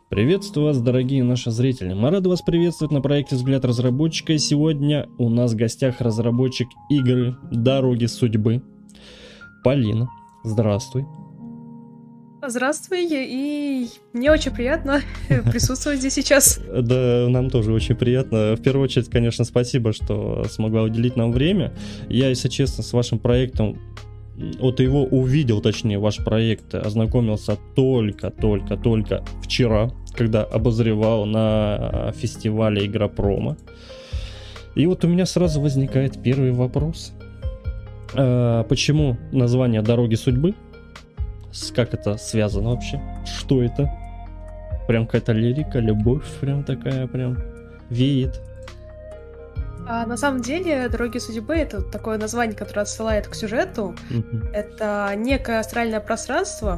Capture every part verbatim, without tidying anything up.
Приветствую вас, дорогие наши зрители. Мы рады вас приветствовать на проекте «Взгляд разработчика». И сегодня у нас в гостях разработчик игры «Дороги судьбы» Полина. Здравствуй. Здравствуй, и мне очень приятно присутствовать здесь сейчас. Да, нам тоже очень приятно. В первую очередь, конечно, спасибо, что смогла уделить нам время. Я, если честно, с вашим проектом, вот его увидел, точнее, ваш проект, ознакомился только-только-только вчера, когда обозревал на фестивале Игропрома. И вот у меня сразу возникает первый вопрос. А почему название «Дороги судьбы»? Как это связано вообще? Что это? Прям какая-то лирика, любовь прям такая прям веет. А на самом деле «Дороги судьбы» — это такое название, которое отсылает к сюжету. Uh-huh. Это некое астральное пространство,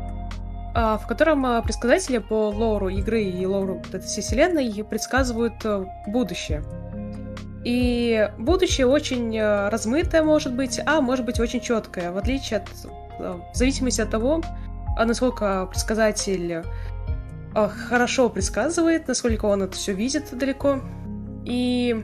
в котором предсказатели по лору игры и лору этой всей вселенной предсказывают будущее. И будущее очень размытое может быть, а может быть очень четкое, в отличие от... в зависимости от того, насколько предсказатель хорошо предсказывает, насколько он это все видит далеко. И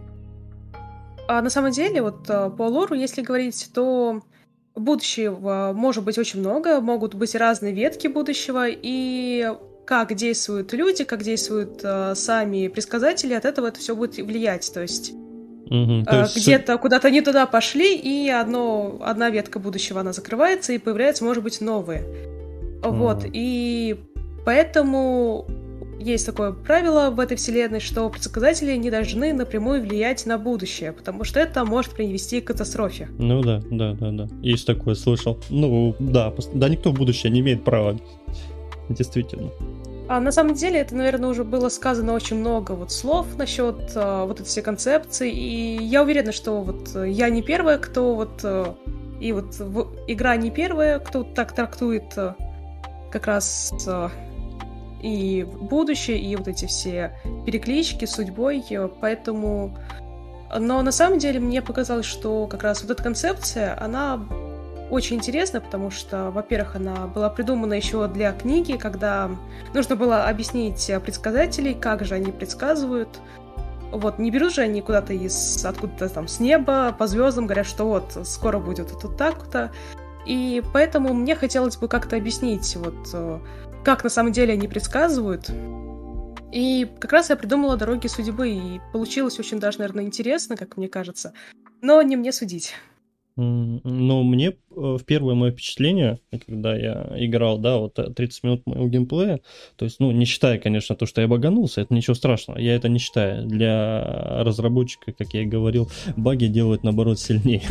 а на самом деле, вот по лору, если говорить, то будущего может быть очень много, могут быть разные ветки будущего, и как действуют люди, как действуют а, сами предсказатели, от этого это все будет влиять. То есть, угу, а, то есть где-то куда-то не туда пошли, и одно, одна ветка будущего, она закрывается, и появляются, может быть, новые. Угу. Вот, и поэтому есть такое правило в этой вселенной, что предсказатели не должны напрямую влиять на будущее, потому что это может привести к катастрофе. Ну да, да, да, да. Есть такое, слышал. Ну да, да, никто в будущее не имеет права. Действительно. А на самом деле это, наверное, уже было сказано очень много вот слов насчет а, вот этой всей концепции, и я уверена, что вот я не первая, кто вот а, и вот в, игра не первая, кто так трактует а, как раз а, и будущее, и вот эти все переклички с судьбой, поэтому... Но на самом деле мне показалось, что как раз вот эта концепция, она очень интересна, потому что, во-первых, она была придумана еще для книги, когда нужно было объяснить предсказателей, как же они предсказывают. Вот, не берут же они куда-то из, откуда-то там с неба, по звездам, говорят, что вот, скоро будет вот так-то. И поэтому мне хотелось бы как-то объяснить, вот, как на самом деле они предсказывают. И как раз я придумала «Дороги судьбы», и получилось очень даже, наверное, интересно, как мне кажется. Но не мне судить. Ну, мне в первое мое впечатление, когда я играл, да, вот тридцать минут моего геймплея, то есть, ну, не считая, конечно, то, что я баганулся, это ничего страшного, я это не считаю. Для разработчика, как я и говорил, баги делают, наоборот, сильнее.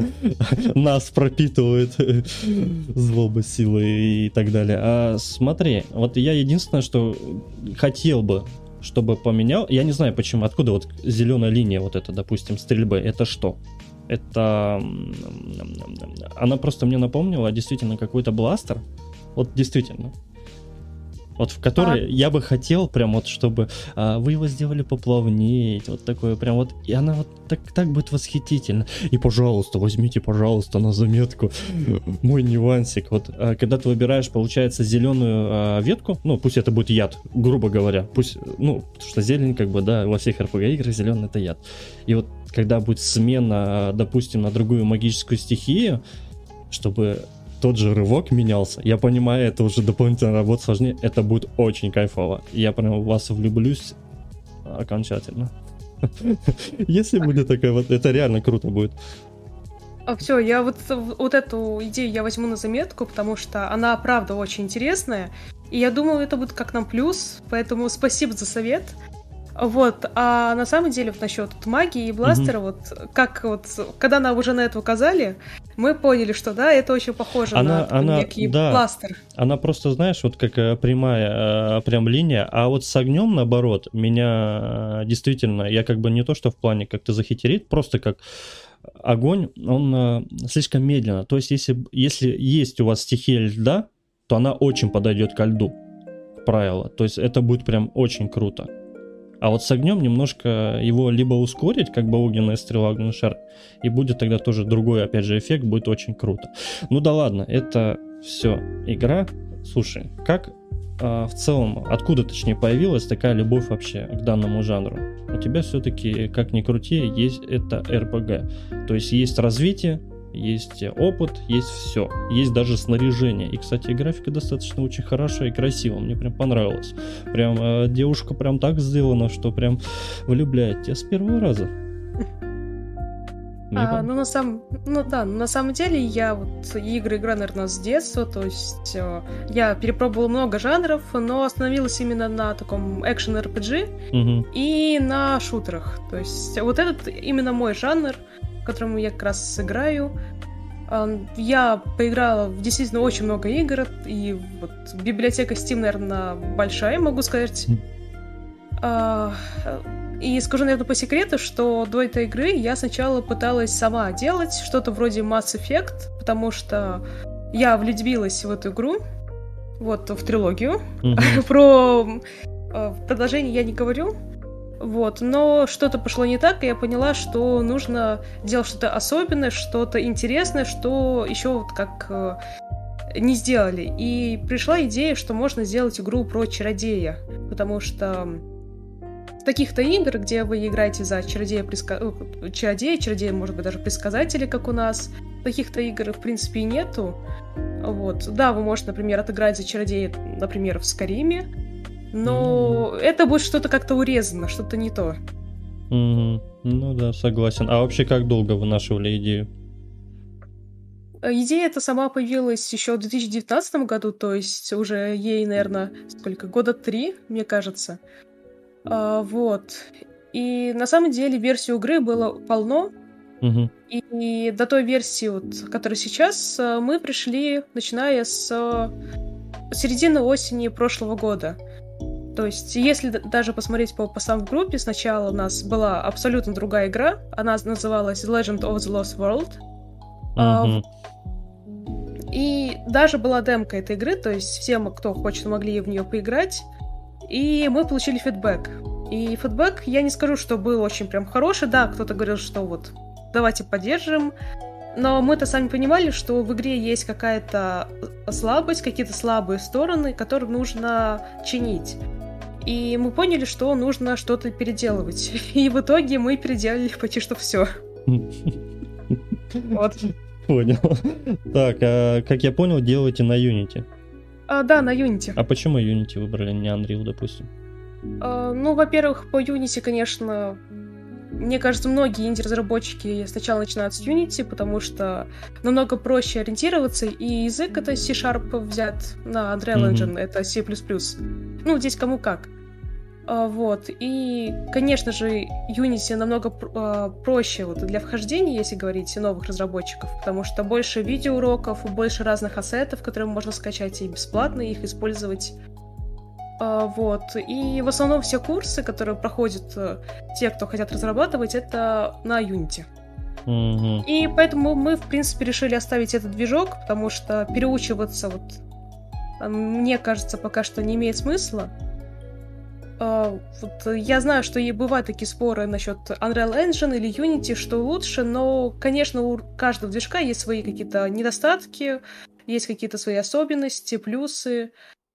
Нас пропитывают злоба, силы и так далее. А смотри, вот я единственное, что хотел бы, чтобы поменял, я не знаю почему, откуда вот зеленая линия вот эта, допустим, стрельбы, это что? Это... Она просто мне напомнила действительно какой-то бластер. Вот действительно. Вот в который а... я бы хотел прям вот, чтобы а, вы его сделали поплавнее. Вот такое прям вот. И она вот так, так будет восхитительно. И, пожалуйста, возьмите, пожалуйста, на заметку мой нюансик. Вот а, когда ты выбираешь, получается, зеленую а, ветку, ну, пусть это будет яд, грубо говоря. Пусть, ну, потому что зелень, как бы, да, во всех эр пи джи играх зеленый это яд. И вот когда будет смена, допустим, на другую магическую стихию, чтобы тот же рывок менялся, я понимаю, это уже дополнительная работа сложнее, это будет очень кайфово. Я прям в вас влюблюсь окончательно. Если будет такая вот, это реально круто будет. А все, я вот, вот эту идею я возьму на заметку, потому что она, правда, очень интересная, и я думаю, это будет как нам плюс, поэтому спасибо за совет. Вот, а на самом деле вот насчет магии и бластера, mm-hmm. вот как вот, когда нам уже на это указали, мы поняли, что да, это очень похоже она, на она, некий да, бластер. Она просто, знаешь, вот как прямая прям линия, а вот с огнем, наоборот, меня действительно, я как бы не то, что в плане как-то захитерить, просто как огонь, он слишком медленно. То есть, если, если есть у вас стихия льда, то она очень подойдет ко льду, правило. То есть, это будет прям очень круто. А вот с огнем немножко его либо ускорить, как бы огненная стрела, огненный шар, и будет тогда тоже другой, опять же, эффект, будет очень круто. Ну да ладно, это все игра. Слушай, как а, в целом, откуда, точнее, появилась такая любовь вообще к данному жанру? У тебя все-таки, как ни крути, есть это эр пи джи. То есть есть развитие, есть опыт, есть все. Есть даже снаряжение. И, кстати, графика достаточно очень хорошая и красивая. Мне прям понравилось. Прям э, девушка прям так сделана, что прям влюбляет тебя с первого раза. А, ну, на самом... ну да, на самом деле я вот игры играю, наверное, с детства, то есть э, я перепробовала много жанров, но остановилась именно на таком экшен-эр пи джи угу. и на шутерах. То есть вот этот именно мой жанр, в котором я как раз играю. Э, я поиграла в действительно очень много игр, и вот библиотека Steam, наверное, большая, могу сказать. Э, И скажу, наверное, по секрету, что до этой игры я сначала пыталась сама делать что-то вроде Mass Effect, потому что я влюбилась в эту игру, вот, в трилогию. Mm-hmm. Про э, продолжение я не говорю, вот, но что-то пошло не так, и я поняла, что нужно делать что-то особенное, что-то интересное, что еще вот как э, не сделали. И пришла идея, что можно сделать игру про чародея, потому что таких-то игр, где вы играете за чародея, предска... чародея, чародея, может быть, даже предсказателя, как у нас, таких-то игр, в принципе, и нету. Вот. Да, вы можете, например, отыграть за чародея, например, в Скайриме, но mm-hmm. это будет что-то как-то урезано, что-то не то. Mm-hmm. Ну да, согласен. А вообще, как долго вынашивали идею? Идея эта сама появилась еще в две тысячи девятнадцатом году, то есть уже ей, наверное, сколько, года три, мне кажется. Uh, вот. И на самом деле версий игры было полно. Uh-huh. И, и до той версии, вот, которая сейчас, мы пришли, начиная с середины осени прошлого года. То есть, если даже посмотреть по постам в группе, сначала у нас была абсолютно другая игра. Она называлась Legend of the Lost World. Uh-huh. Uh, и даже была демка этой игры, то есть всем, кто хочет, могли в нее поиграть. И мы получили фидбэк. И фидбэк, я не скажу, что был очень прям хороший. Да, кто-то говорил, что вот давайте поддержим. Но мы-то сами понимали, что в игре есть какая-то слабость, какие-то слабые стороны, которые нужно чинить. И мы поняли, что нужно что-то переделывать. И в итоге мы переделали почти что все. Вот. Понял. Так, а как я понял, делаете на Unity? А, да, на Unity. А почему Unity выбрали, не Unreal, допустим? А, ну, во-первых, по Unity, конечно, мне кажется, многие инди-разработчики сначала начинают с Unity, потому что намного проще ориентироваться, и язык это C-Sharp взят на Unreal Engine, mm-hmm. это C++. Ну, здесь кому как. А, вот, и, конечно же, Unity намного а, проще вот, для вхождения, если говорить о новых разработчиков, потому что больше видеоуроков, больше разных ассетов, которые можно скачать и бесплатно их использовать. А, вот, и в основном все курсы, которые проходят а, те, кто хотят разрабатывать, это на Unity. Mm-hmm. И поэтому мы, в принципе, решили оставить этот движок, потому что переучиваться, вот, мне кажется, пока что не имеет смысла. Uh, вот я знаю, что и бывают такие споры насчет Unreal Engine или Unity, что лучше, но, конечно, у каждого движка есть свои какие-то недостатки, есть какие-то свои особенности, плюсы.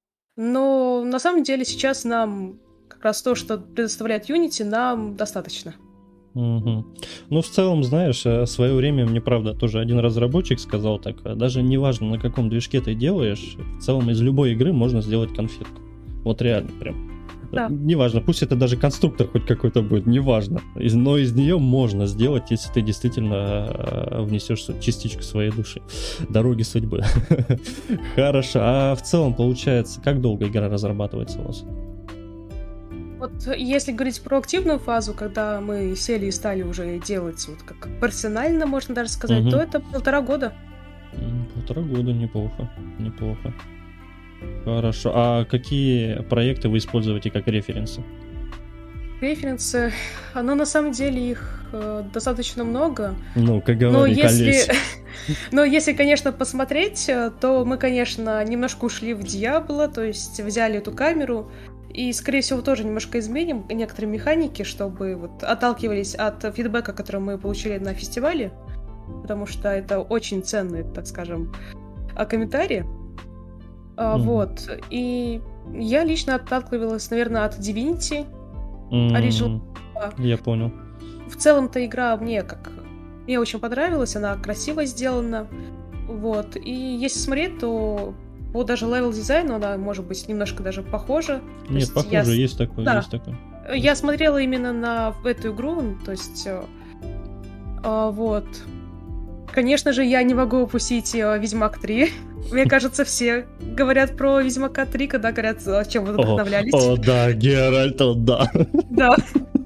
Но на самом деле сейчас нам как раз то, что предоставляет Unity, нам достаточно. Угу. Ну, в целом, знаешь, в свое время мне, правда, тоже один разработчик сказал так, даже неважно, на каком движке ты делаешь, в целом из любой игры можно сделать конфетку. Вот реально прям. Да. Неважно, пусть это даже конструктор хоть какой-то будет, неважно. Но из нее можно сделать, если ты действительно внесешь частичку своей души. Дороги судьбы. Хорошо. А в целом, получается, как долго игра разрабатывается у вас? Вот если говорить про активную фазу, когда мы сели и стали уже делать вот как персонально, можно даже сказать, угу. то это полтора года. Полтора года, неплохо. Неплохо. Хорошо. А какие проекты вы используете как референсы? Референсы? Ну, на самом деле, их э, достаточно много. Ну, как говори, колись. Но если, конечно, посмотреть, то мы, конечно, немножко ушли в Diablo, то есть взяли эту камеру и, скорее всего, тоже немножко изменим некоторые механики, чтобы вот отталкивались от фидбэка, который мы получили на фестивале, потому что это очень ценные, так скажем, комментарии. Mm-hmm. Вот, и Я лично отталкивалась, наверное, от Divinity М, Original. Я понял. В целом-то игра мне как... Мне очень понравилась, она красиво сделана. Вот. И если смотреть, то по даже левел-дизайну она, может быть, немножко даже похожа. То Нет, есть похоже, я... с- есть такое, Да. есть такое. Я смотрела именно на эту игру, ну, то есть... э, а, вот. Конечно же, я не могу упустить э, Ведьмак три. Мне кажется, все говорят про Ведьмака три, когда говорят, о чем вы О, вдохновлялись. о, да, Геральт, о, да. Да.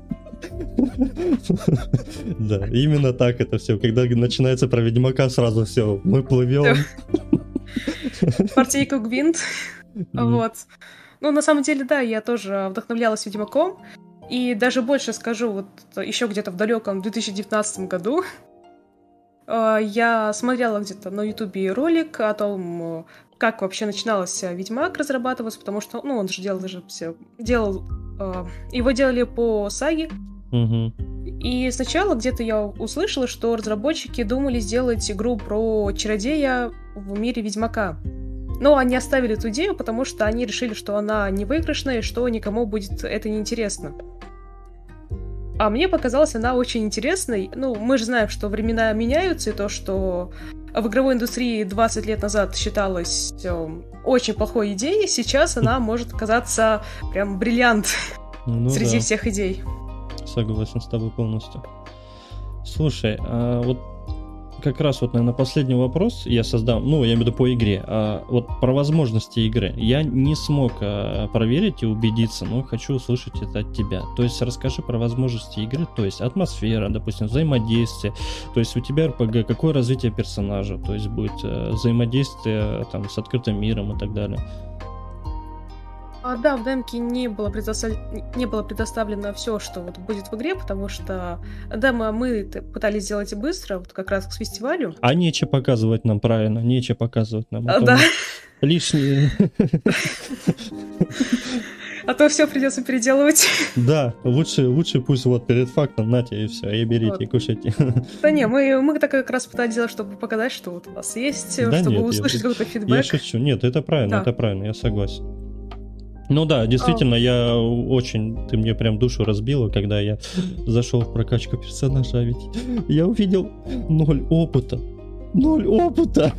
Да, именно так это все. Когда начинается про Ведьмака, сразу все, мы плывем. Партийку Гвинт. М, Вот. Ну, на самом деле, да, я тоже вдохновлялась Ведьмаком. И даже больше скажу, вот еще где-то в далеком две тысячи девятнадцатом году э, я смотрела где-то на Ютубе ролик о том, э, как вообще начиналось Ведьмак разрабатываться, потому что, ну, он же делал же все, делал, э, его делали по саге. мгм. И сначала где-то я услышала, что разработчики думали сделать игру про чародея в мире Ведьмака. Но они оставили эту идею, потому что они решили, что она не выигрышная, и что никому будет это неинтересно. А мне показалась она очень интересной. Ну, мы же знаем, что времена меняются, и то, что в игровой индустрии двадцать лет назад считалось э, очень плохой идеей, сейчас она может казаться прям бриллиант Ну среди да, всех идей. согласен с тобой полностью. Слушай, а вот как раз вот, наверное, последний вопрос я создам, ну, я имею в виду по игре, а вот про возможности игры. Я не смог а, проверить и убедиться, но хочу услышать это от тебя. То есть расскажи про возможности игры, то есть атмосфера, допустим, взаимодействие, то есть у тебя эр пи джи, какое развитие персонажа, то есть будет э, взаимодействие там с открытым миром и так далее. А, да, в демке не было, предостав- не было предоставлено все, что вот будет в игре, потому что демо мы т- пытались сделать быстро, вот как раз к фестивалю. А нечего показывать нам, правильно, нечего показывать нам. А А, то да, мы лишние... а то все придется переделывать. Да, лучше, лучше пусть вот перед фактом, нате, и все, и берите, Вот. и кушайте. Да не, мы, мы так как раз пытались сделать, чтобы показать, что вот у нас есть, Да чтобы нет, я- услышать какой-то Я фидбэк. шучу. Нет, это правильно, Да. это правильно, я согласен. Ну да, действительно, я очень... Ты мне прям душу разбила, когда я зашел в прокачку персонажа, а ведь я увидел ноль опыта. Ноль опыта.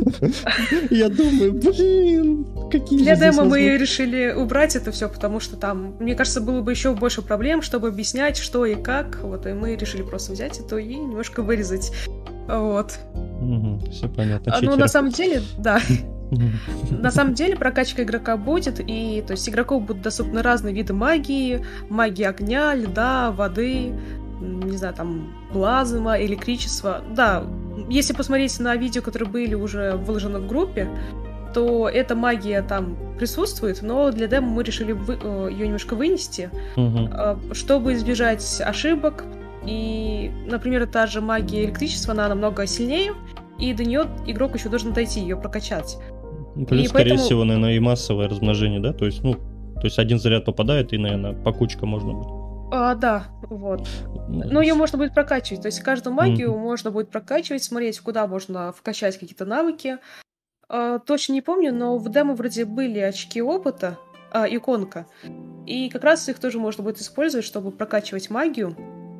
Я думаю, блин, какие Для же здесь демо мы возможности. решили убрать это все, потому что там, мне кажется, было бы еще больше проблем, чтобы объяснять, что и как. Вот, и мы решили просто взять это и немножко вырезать. Вот. Все понятно, А, Ну, на читеры. самом деле, да. Мгм. На самом деле прокачка игрока будет, и то есть игроку будут доступны разные виды магии, магии огня, льда, воды, м, не знаю, там, плазма, электричества. Да, если посмотреть на видео, которые были уже выложены в группе, то эта магия там присутствует, но для демо мы решили вы- э, ее немножко вынести, Мгм. э, чтобы избежать ошибок. И, например, та же магия электричества, она намного сильнее, и до нее игрок еще должен дойти, ее прокачать. Плюс, И скорее поэтому- всего, наверное, и массовое размножение, да? То есть, ну, то есть один заряд попадает, и, наверное, по кучкам можно будет. А, да, вот. Но ее можно будет прокачивать. То есть каждую магию можно будет прокачивать, смотреть, куда можно вкачать какие-то навыки. А, точно не помню, но в демо вроде были очки опыта, а, иконка. И как раз их тоже можно будет использовать, чтобы прокачивать магию.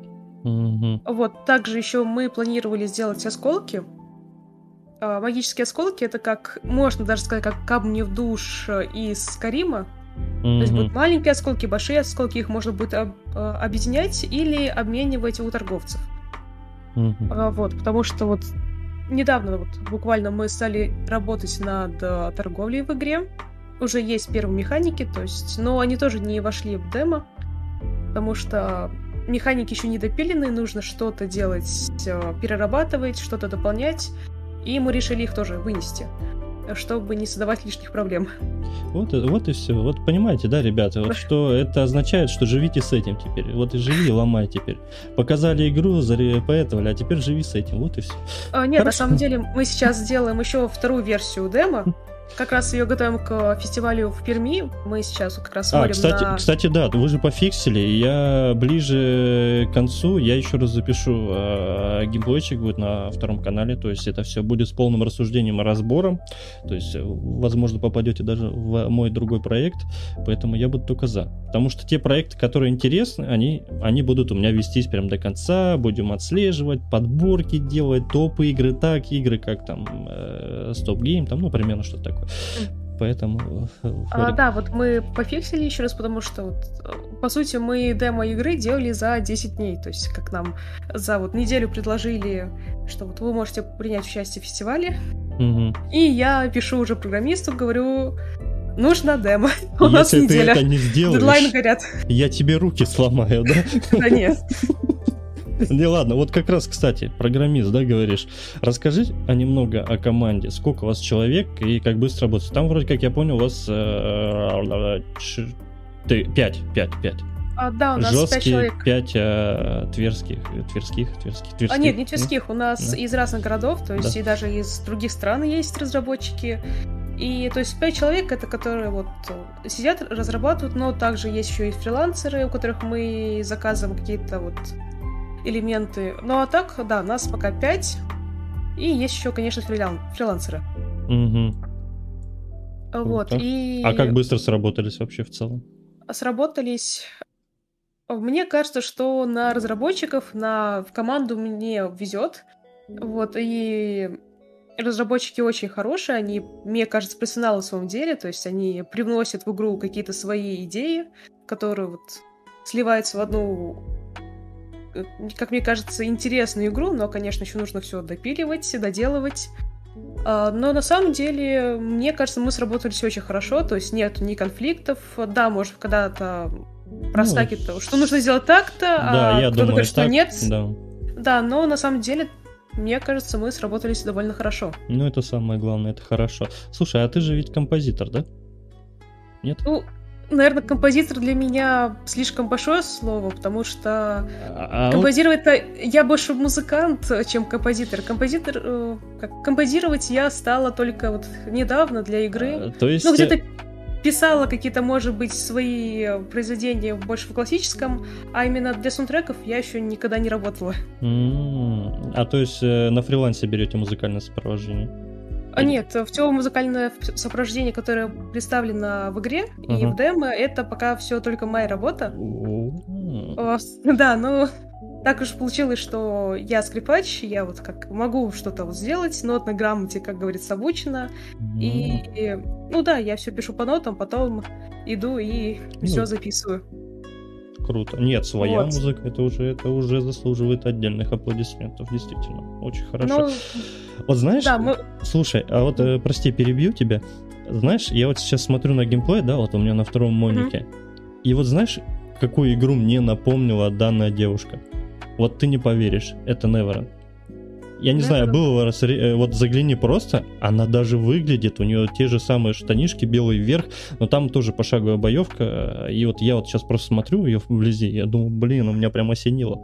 Мгм. Вот, также еще мы планировали сделать осколки. А, магические осколки — это как, можно даже сказать, как камни в душ э, из Скарима. То есть Мгм. будут маленькие осколки, большие осколки, их можно будет об- э, объединять или обменивать у торговцев. Мгм. А, Вот, потому что вот недавно вот буквально мы стали работать над э, торговлей в игре. Уже есть первые механики, то есть, но они тоже не вошли в демо, потому что механики еще не допилены, нужно что-то делать, э, перерабатывать, что-то дополнять, и мы решили их тоже вынести, чтобы не создавать лишних проблем. Вот, и- вот и все. Вот понимаете, да, ребята, вот что это означает, что живите с этим теперь. Вот и живи, и ломай теперь. Показали игру, зарепоэтовали, а теперь живи с этим. Вот и все. А, Нет, на Хорошо. самом деле мы сейчас сделаем еще вторую версию демо. как раз ее готовим к фестивалю в Перми. Мы сейчас как раз А, смотрим кстати, на... кстати, да, вы же пофиксили. Я ближе к концу, я еще раз запишу э, геймплейчик будет на втором канале. То есть это все будет с полным рассуждением и разбором. То есть, возможно, попадете даже в мой другой проект. Поэтому я буду только за. Потому что те проекты, которые интересны, они, они будут у меня вестись прям до конца. Будем отслеживать, подборки делать, топы игры, так, игры, как там э, Stop Game, там, ну, примерно что-то такое. Поэтому... А, да, вот мы пофиксили еще раз, потому что, вот, по сути, мы демо игры делали за десять дней. То есть, как нам за вот неделю предложили, что вот вы можете принять участие в фестивале. Угу. И я пишу уже программисту, говорю, нужно демо. У нас Если неделя. ты это не сделаешь, дедлайны горят. Я тебе руки сломаю, да? Да нет. Не, ладно, вот как раз, кстати, программист, да, говоришь. Расскажи а немного о команде. Сколько у вас человек и как быстро работает? Там, вроде как я понял, у вас пять, пять, пять. А, да, у нас жесткие, пять человек. пять а, тверских, тверских, тверских, тверских. А нет, не тверских, у нас да. из разных городов, то есть да. и даже из других стран есть разработчики. И то есть пять человек, это которые вот сидят, разрабатывают, но также есть еще и фрилансеры, у которых мы заказываем какие-то вот элементы. Ну а так, да, нас пока пять. И есть еще, конечно, фрилан... фрилансеры. Угу. Вот, и... А как быстро сработались вообще в целом? Сработались... Мне кажется, что на разработчиков, на в команду мне везет. Вот, и разработчики очень хорошие, они, мне кажется, профессионалы в своем деле, то есть они привносят в игру какие-то свои идеи, которые вот сливаются в одну, как мне кажется, интересную игру, но, конечно, еще нужно все допиливать, доделывать. Но на самом деле, мне кажется, мы сработались очень хорошо, то есть нет ни конфликтов. Да, может, когда-то проскакивает, ну, что нужно сделать так-то, да, а я кто-то думаю, говорит, что так, нет. Да. Да, но на самом деле, мне кажется, мы сработались довольно хорошо. Ну, это самое главное, это хорошо. Слушай, а ты же ведь композитор, да? Нет? Ну, наверное, композитор для меня слишком большое слово, потому что а, композировать-то я больше музыкант, чем композитор. Композитор, э, как композировать я стала только вот недавно для игры. То есть... Ну, где-то писала какие-то, может быть, свои произведения больше в классическом, а именно для саундтреков я еще никогда не работала. Mm-hmm. А то есть э, на фрилансе берете музыкальное сопровождение? А нет, в то музыкальное сопровождение, которое представлено в игре uh-huh. и в демо, это пока все только моя работа. Uh-huh. Да, ну так уж получилось, что я скрипач, я вот как могу что-то вот сделать, нотной грамоте, как говорится, обучена. Uh-huh. И, ну да, я все пишу по нотам, потом иду и uh-huh. все записываю. Круто. Нет, своя вот. музыка, это уже, это уже заслуживает отдельных аплодисментов, действительно. Очень хорошо. Ну, вот знаешь, да, мы... слушай, а вот, э, прости, перебью тебя. Знаешь, я вот сейчас смотрю на геймплей, да, вот у меня на втором монике. Mm-hmm. И вот знаешь, какую игру мне напомнила данная девушка? Вот ты не поверишь, это Neverend. Я не Neverend. знаю, было раз, вот загляни просто, она даже выглядит, у нее те же самые штанишки, белый вверх, но там тоже пошаговая боевка, и вот я вот сейчас просто смотрю ее вблизи, я думаю, блин, у меня прям осенило.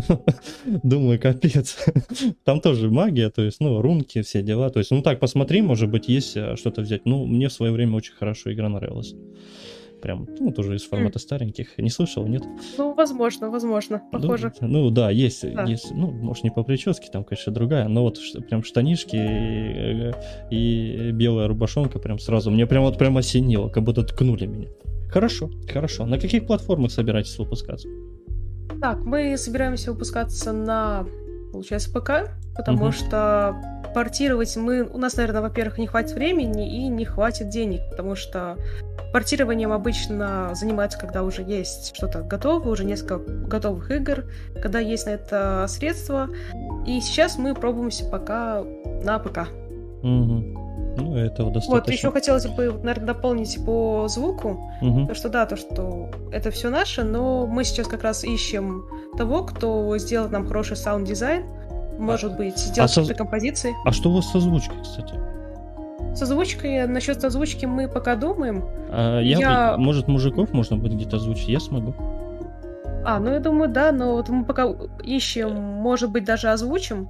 Думаю, капец. Там тоже магия, то есть, ну, рунки, все дела, то есть, ну так, посмотри, может быть, есть что-то взять. Ну, мне в свое время очень хорошо игра нравилась. Прям, ну, тоже из формата mm. стареньких. Не слышал, нет? Ну, возможно, возможно, похоже. Ну, ну да, есть, да. есть, ну, может, не по прическе, там, конечно, другая, но вот прям штанишки и, и белая рубашонка прям сразу, мне прям вот прям осенило, как будто ткнули меня. Хорошо, хорошо. На каких платформах собираетесь выпускаться? Так, мы собираемся выпускаться на, получается, ПК, потому uh-huh. что портировать мы... У нас, наверное, во-первых, не хватит времени и не хватит денег, потому что портированием обычно занимаются, когда уже есть что-то готовое, уже несколько готовых игр, когда есть на это средства. И сейчас мы пробуемся пока на ПК. Угу. Ну, этого достаточно. Вот, еще хотелось бы, наверное, дополнить по звуку, угу. то, что да, то, что это все наше, но мы сейчас как раз ищем того, кто сделает нам хороший саунд-дизайн, может быть, сделать а какие-то со... композиции. А что у вас с озвучкой, кстати? С озвучкой, насчет озвучки мы пока думаем. А, я... Я... Может, мужиков можно будет где-то озвучить? Я смогу. А, ну я думаю, да, но вот мы пока ищем, может быть, даже озвучим.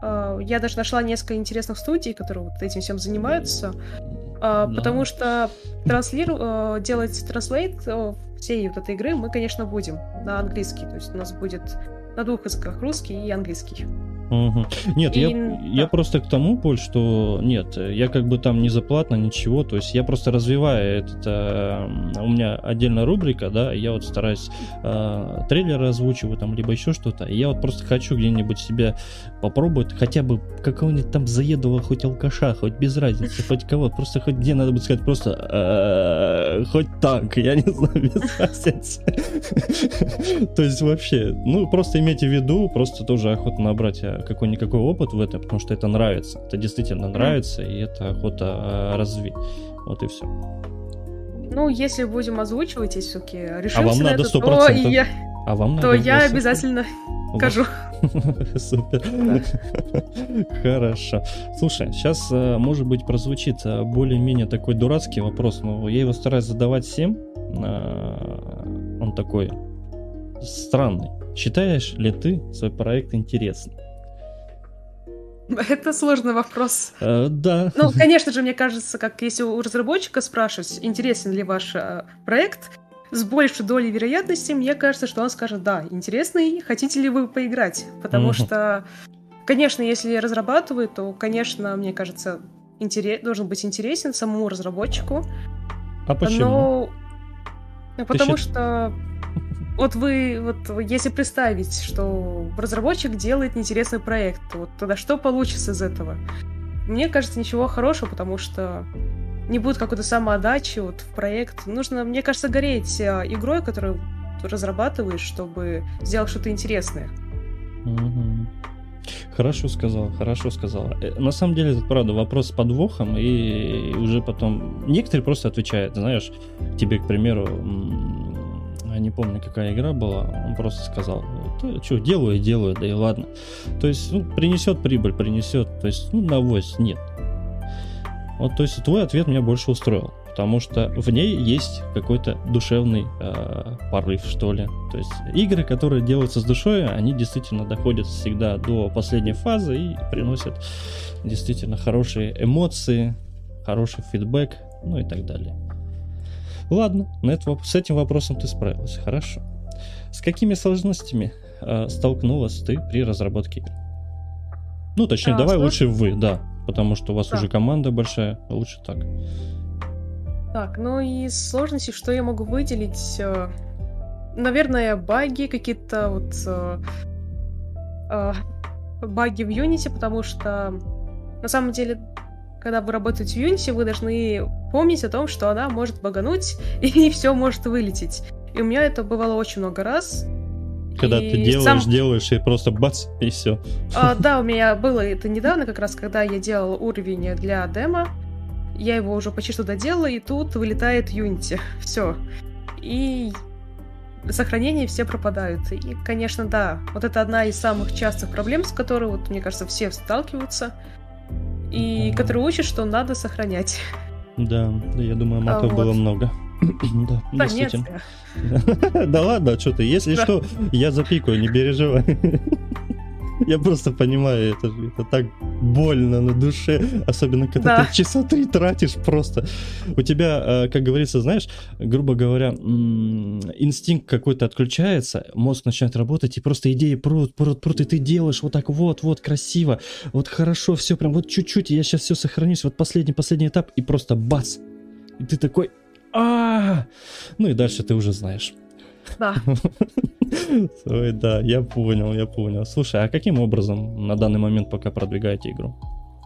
А, Я даже нашла несколько интересных студий, которые вот этим всем занимаются, а, Да. потому что транслиру- а, делать транслейт а, всей вот этой игры мы, конечно, будем на английский. То есть у нас будет на двух языках, русский и английский. Мгм. Нет, я, И я да. просто к тому, Поль, что нет, я как бы там не заплатно, ничего, то есть я просто развиваю этот, э, у меня отдельная рубрика, да, и я вот стараюсь э, трейлеры озвучивать там, либо еще что-то, и я вот просто хочу где-нибудь себя попробовать, хотя бы какого-нибудь там заедового хоть алкаша, хоть без разницы, хоть кого, просто хоть где надо будет сказать, просто э, хоть так, я не знаю, без разницы. То есть вообще, ну просто имейте в виду, просто тоже охота набрать какой-никакой опыт в этом, потому что это нравится. Это действительно нравится, и это охота э, развить. Вот и все. Ну, если будем озвучивать, если все-таки А решимся вам на надо это, сто то процентов. я, А вам то надо. я да, супер. обязательно Вот. скажу. Супер. Хорошо. Слушай, сейчас, может быть, прозвучит э, более-менее такой дурацкий вопрос, но я его стараюсь задавать всем. Э, Он такой странный. Считаешь ли ты свой проект интересным? Это сложный вопрос. Э, Да. Ну, конечно же, мне кажется, как если у разработчика спрашивать, интересен ли ваш э, проект, с большей долей вероятности, мне кажется, что он скажет, да, интересный, хотите ли вы поиграть? Потому Мгм. что, конечно, если разрабатывает, то, конечно, мне кажется, интерес, должен быть интересен самому разработчику. А почему? Но ну, потому счит- что вот вы, вот если представить, что разработчик делает неинтересный проект, вот тогда что получится из этого? Мне кажется, ничего хорошего, потому что не будет какой-то самоотдачи вот в проект. Нужно, мне кажется, гореть э, игрой, которую ты разрабатываешь, чтобы сделать что-то интересное. Мгм. Хорошо сказал, хорошо сказал. Э, На самом деле, это правда вопрос с подвохом, и уже потом... Некоторые просто отвечают, знаешь, тебе, к примеру, м, я не помню, какая игра была, он просто сказал, что, делаю, делаю, да и ладно. То есть, ну, принесет прибыль, принесет, то есть, ну, на авось нет. Вот, то есть, твой ответ меня больше устроил, потому что в ней есть какой-то душевный э, порыв, что ли. То есть игры, которые делаются с душой, они действительно доходят всегда до последней фазы и приносят действительно хорошие эмоции, хороший фидбэк, ну и так далее. Ладно, на этот, воп- с этим вопросом ты справилась, хорошо. С какими сложностями э, столкнулась ты при разработке игр? Ну, точнее, А, давай слож- лучше вы, да, потому что у вас Да. уже команда большая, лучше так. Так, ну и сложности, что я могу выделить? Э, Наверное, баги какие-то вот э, э, баги в Unity, потому что на самом деле, когда вы работаете в Unity, вы должны помнить о том, что она может багануть и все может вылететь. И у меня это бывало очень много раз. Когда И ты делаешь, сам- делаешь, и просто бац, и все. А, да, у меня было это недавно, как раз когда я делала уровень для демо. Я его уже почти что доделала, и тут вылетает Unity. Все. И сохранения все пропадают. И, конечно, да, вот это одна из самых частых проблем, с которой, вот, мне кажется, все сталкиваются. И Мгм. которые учат, что надо сохранять. Да, да, я думаю, А, матов было вот. много. Да, Да нет, действительно. э, Да ладно, что ты, если Да. что, я запикаю, не переживай. Я просто понимаю, это, же- это так больно на душе, особенно когда Да. ты часа три тратишь просто. У тебя, э, как говорится, знаешь, грубо говоря, м, инстинкт какой-то отключается, мозг начинает работать, и просто идеи прут, прут, прут, и ты делаешь вот так вот, вот, красиво, вот хорошо, все прям вот чуть-чуть, и я сейчас все сохранюсь, вот последний, последний этап, и просто бац. И ты такой, а ну и дальше ты уже знаешь. да. Ой, да, я понял, я понял. Слушай, а каким образом на данный момент пока продвигаете игру?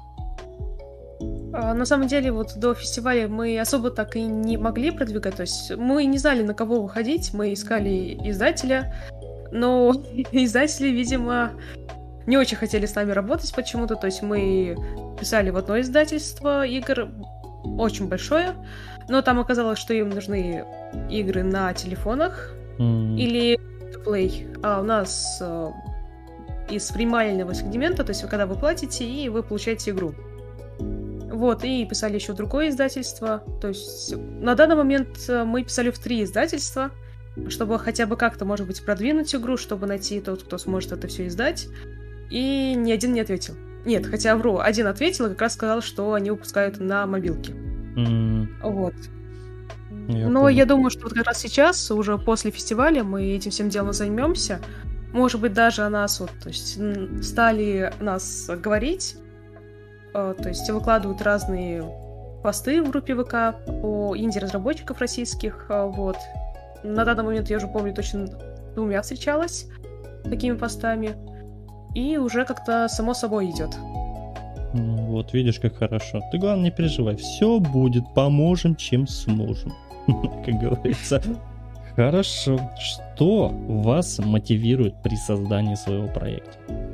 А, На самом деле, вот до фестиваля мы особо так и не могли продвигать. То есть мы не знали, на кого выходить. Мы искали издателя, но издатели, видимо, не очень хотели с нами работать почему-то. То есть мы писали в одно издательство игр, очень большое, но там оказалось, что им нужны игры на телефонах М, или Play. А у нас э, из премиального сегмента, то есть когда вы платите, и вы получаете игру. Вот, и писали еще в другое издательство. То есть на данный момент э, мы писали в три издательства, чтобы хотя бы как-то, может быть, продвинуть игру, чтобы найти тот, кто сможет это все издать. И ни один не ответил. Нет, хотя вру, один ответил и как раз сказал, что они выпускают на мобилке. Mm. Вот. Я Но понял. я думаю, что вот как раз сейчас, уже после фестиваля, мы этим всем делом займемся. Может быть, даже о нас вот, то есть, стали нас говорить, то есть выкладывают разные посты в группе ВК о инди-разработчиков российских, вот. На данный момент я уже помню, точно двумя встречалась с такими постами, и уже как-то само собой идет. Ну, вот видишь, как хорошо. Ты, главное, не переживай, все будет, поможем, чем сможем, как говорится. Хорошо. Что вас мотивирует при создании своего проекта?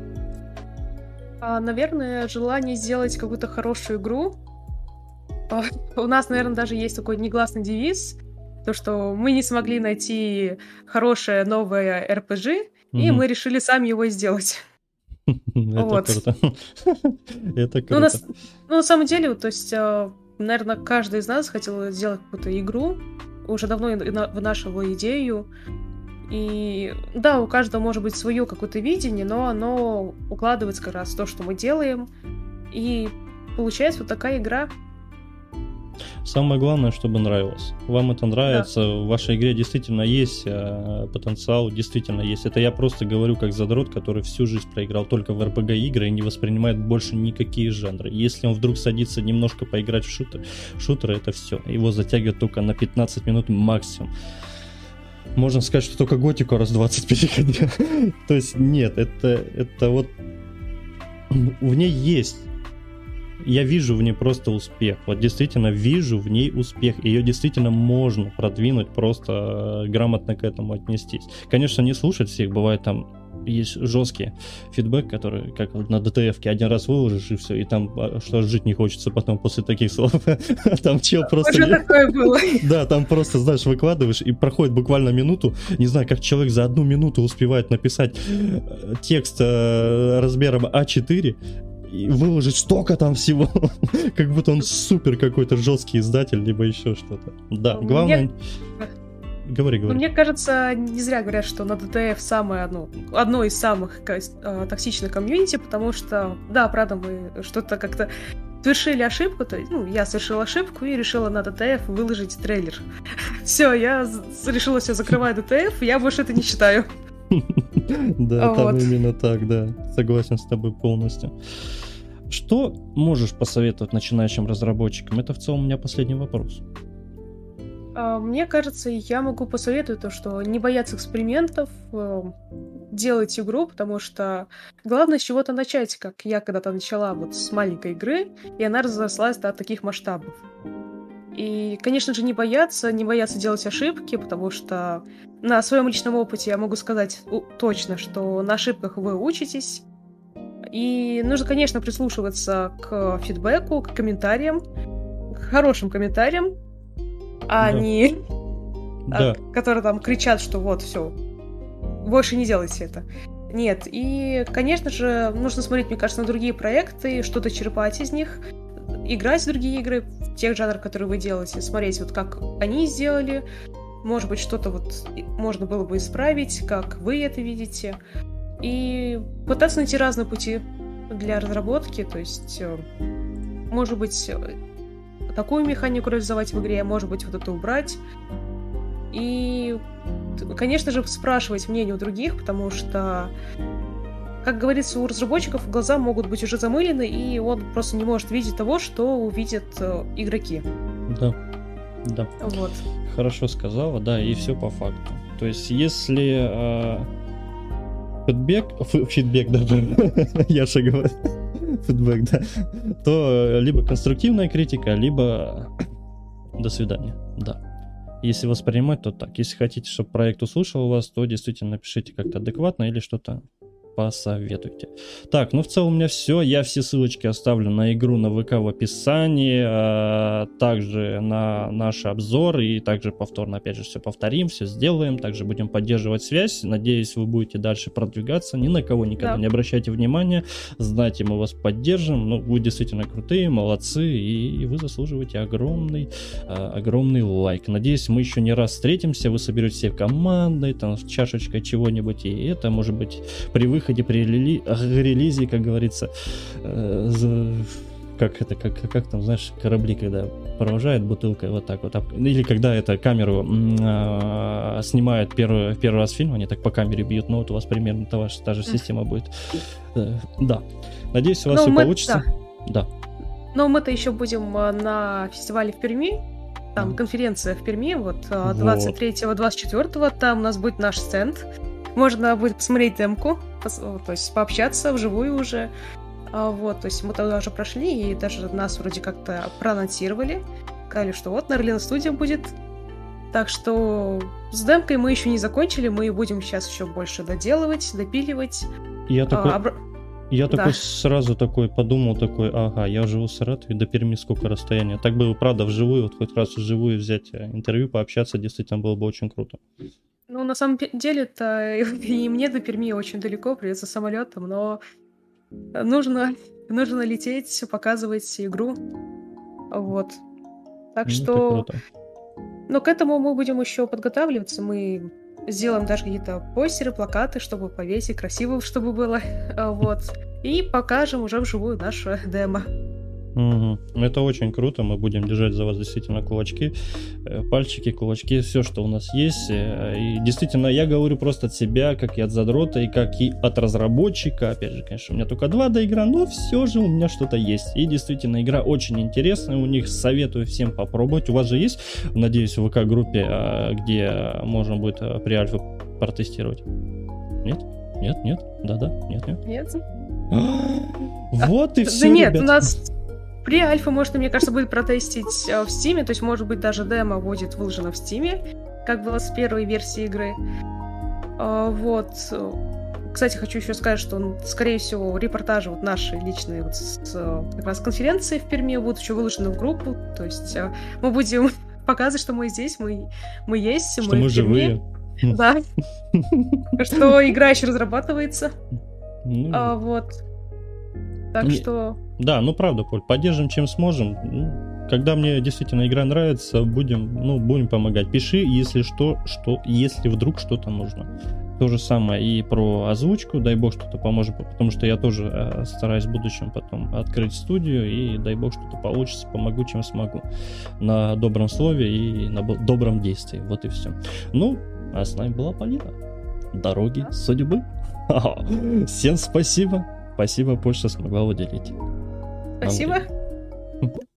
А, наверное, желание сделать какую-то хорошую игру. А, у нас, наверное, даже есть такой негласный девиз, то, что мы не смогли найти хорошее новое эр пи джи, mm-hmm. и мы решили сами его сделать. Это круто. Это круто. Ну, на, ну, на самом деле, то есть, наверное, каждый из нас хотел сделать какую-то игру, уже давно вынашивал идею. И да, у каждого может быть свое какое-то видение, но оно укладывается как раз в то, что мы делаем. И получается вот такая игра. Самое главное, чтобы нравилось. Вам это нравится, да. В вашей игре действительно есть э, потенциал, действительно есть. Это я просто говорю как задрот, который всю жизнь проиграл только в эр пи джи-игры и не воспринимает больше никакие жанры. Если он вдруг садится немножко поиграть в шутер, шутеры, это все. Его затягивает только на пятнадцать минут максимум. Можно сказать, что только Готику раз двадцать переходил. То есть нет, это, это вот в ней есть. Я вижу в ней просто успех. Вот действительно вижу в ней успех. Ее действительно можно продвинуть, просто грамотно к этому отнестись. Конечно, не слушать всех. Бывает там есть жесткий фидбэк, который как на ди ти эф-ке один раз выложишь и все, и там что жить не хочется потом после таких слов. Там чел просто... Уже такое было. Да, там просто, знаешь, выкладываешь, и проходит буквально минуту. Не знаю, как человек за одну минуту успевает написать текст размером а четыре, и выложить столько там всего, как будто он супер какой-то жесткий издатель, либо еще что-то. Да, главное... Мне... Говори, говори. Мне кажется, не зря говорят, что на ди ти эф самое одно, одно из самых э, токсичных комьюнити, потому что, да, правда, мы что-то как-то совершили ошибку, то есть, ну, я совершила ошибку и решила на ди ти эф выложить трейлер. Все, я решила, все, закрываю ди ти эф, я больше это не читаю. Да, там именно так, да. Согласен с тобой полностью. Что можешь посоветовать начинающим разработчикам? Это в целом у меня последний вопрос. Мне кажется, я могу посоветовать то, что не бояться экспериментов, делать игру, потому что главное с чего-то начать, как я когда-то начала вот с маленькой игры, и она разрослась до таких масштабов. И, конечно же, не бояться, не бояться делать ошибки, потому что на своем личном опыте я могу сказать точно, что на ошибках вы учитесь. И нужно, конечно, прислушиваться к фидбэку, к комментариям, к хорошим комментариям, а да. не да. а, которые там кричат, что вот, все, больше не делайте это. Нет, и, конечно же, нужно смотреть, мне кажется, на другие проекты, что-то черпать из них, играть в другие игры, в тех жанрах, которые вы делаете, смотреть, вот как они сделали, может быть, что-то вот можно было бы исправить, как вы это видите, и пытаться найти разные пути для разработки, то есть, может быть, такую механику реализовать в игре, может быть, вот это убрать. И, конечно же, спрашивать мнение у других, потому что, как говорится, у разработчиков глаза могут быть уже замылены, и он просто не может видеть того, что увидят игроки. Да, да. Вот. Хорошо сказала, да, и все по факту. То есть, если э, фидбэк, ф, фидбэк, да, я же говорю, фидбэк, да, то либо конструктивная критика, либо до свидания, да. Если воспринимать, то так. Если хотите, чтобы проект услышал вас, то действительно напишите как-то адекватно или что-то посоветуйте. Так, ну в целом у меня все. Я все ссылочки оставлю на игру на ВК в описании, а также на наш обзор, и также повторно, опять же, все повторим, все сделаем. Также будем поддерживать связь. Надеюсь, вы будете дальше продвигаться. Ни на кого никогда да. не обращайте внимания. Знайте, мы вас поддержим. Ну, вы действительно крутые, молодцы, и вы заслуживаете огромный, огромный лайк. Надеюсь, мы еще не раз встретимся. Вы соберете все командой, там, с чашечкой чего-нибудь, и это, может быть, при выходе выходе, при рели... релизе, как говорится, э, за... как это, как, как там, знаешь, корабли, когда провожают бутылкой вот так вот, или когда это камеру э, снимают первый, первый раз фильм, они так по камере бьют, ну вот у вас примерно та, та же система будет. Э, да, надеюсь, у вас Но все мы... получится. Да. Да. Но мы-то еще будем на фестивале в Перми, там mm. конференция в Перми, вот двадцать третьего двадцать четвёртого, там у нас будет наш стенд, можно будет посмотреть демку, то есть пообщаться вживую уже, вот, то есть мы туда уже прошли, и даже нас вроде как-то проанонсировали, сказали, что вот Нарлина студия будет, так что с демкой мы еще не закончили, мы будем сейчас еще больше доделывать, допиливать. Я такой... а, обр... Я такой да. сразу такой подумал, такой, ага, я живу в Саратове, до Перми сколько расстояния. Так было, правда, вживую, вот хоть раз вживую взять интервью, пообщаться, действительно было бы очень круто. Ну, на самом деле-то и мне до Перми очень далеко, придется самолетом, но нужно, нужно лететь, показывать игру, вот. Так ну, что... Но к этому мы будем еще подготавливаться, мы... Сделаем даже какие-то постеры, плакаты, чтобы повесить, красиво, чтобы было, вот. И покажем уже вживую наше демо. Угу. Это очень круто, мы будем держать за вас действительно кулачки, пальчики, кулачки, все, что у нас есть. И действительно, я говорю просто от себя, как и от задрота, и как и от разработчика. Опять же, конечно, у меня только два дэ игра, но все же у меня что-то есть. И действительно, игра очень интересная, у них советую всем попробовать. У вас же есть, надеюсь, в ВК-группе, где можно будет при альфе протестировать? Нет? Нет? Нет? Да-да? Нет? Нет? Нет. Вот и все, да нет, у нас... При альфа можно, мне кажется, будет протестить в Steam, то есть, может быть, даже демо будет выложено в Steam, как было с первой версии игры. Вот. Кстати, хочу еще сказать, что, скорее всего, репортажи вот наши личные вот с как раз конференции в Перми будут еще выложены в группу, то есть мы будем показывать, что мы здесь, мы, мы есть, что мы, мы в Перми. Живые. Да. Что игра еще разрабатывается. Вот. Так что... Да, ну правда, Поль, поддержим чем сможем. Когда мне действительно игра нравится, будем, ну, будем помогать. Пиши, если что, что, если вдруг что-то нужно. То же самое и про озвучку, дай бог что-то поможет, потому что я тоже э, стараюсь в будущем потом открыть студию, и дай бог что-то получится, помогу чем смогу. На добром слове и на добром действии. Вот и все. Ну, а с нами была Полина. Дороги судьбы. Всем спасибо. Спасибо, Поль, что смогла уделить. Спасибо.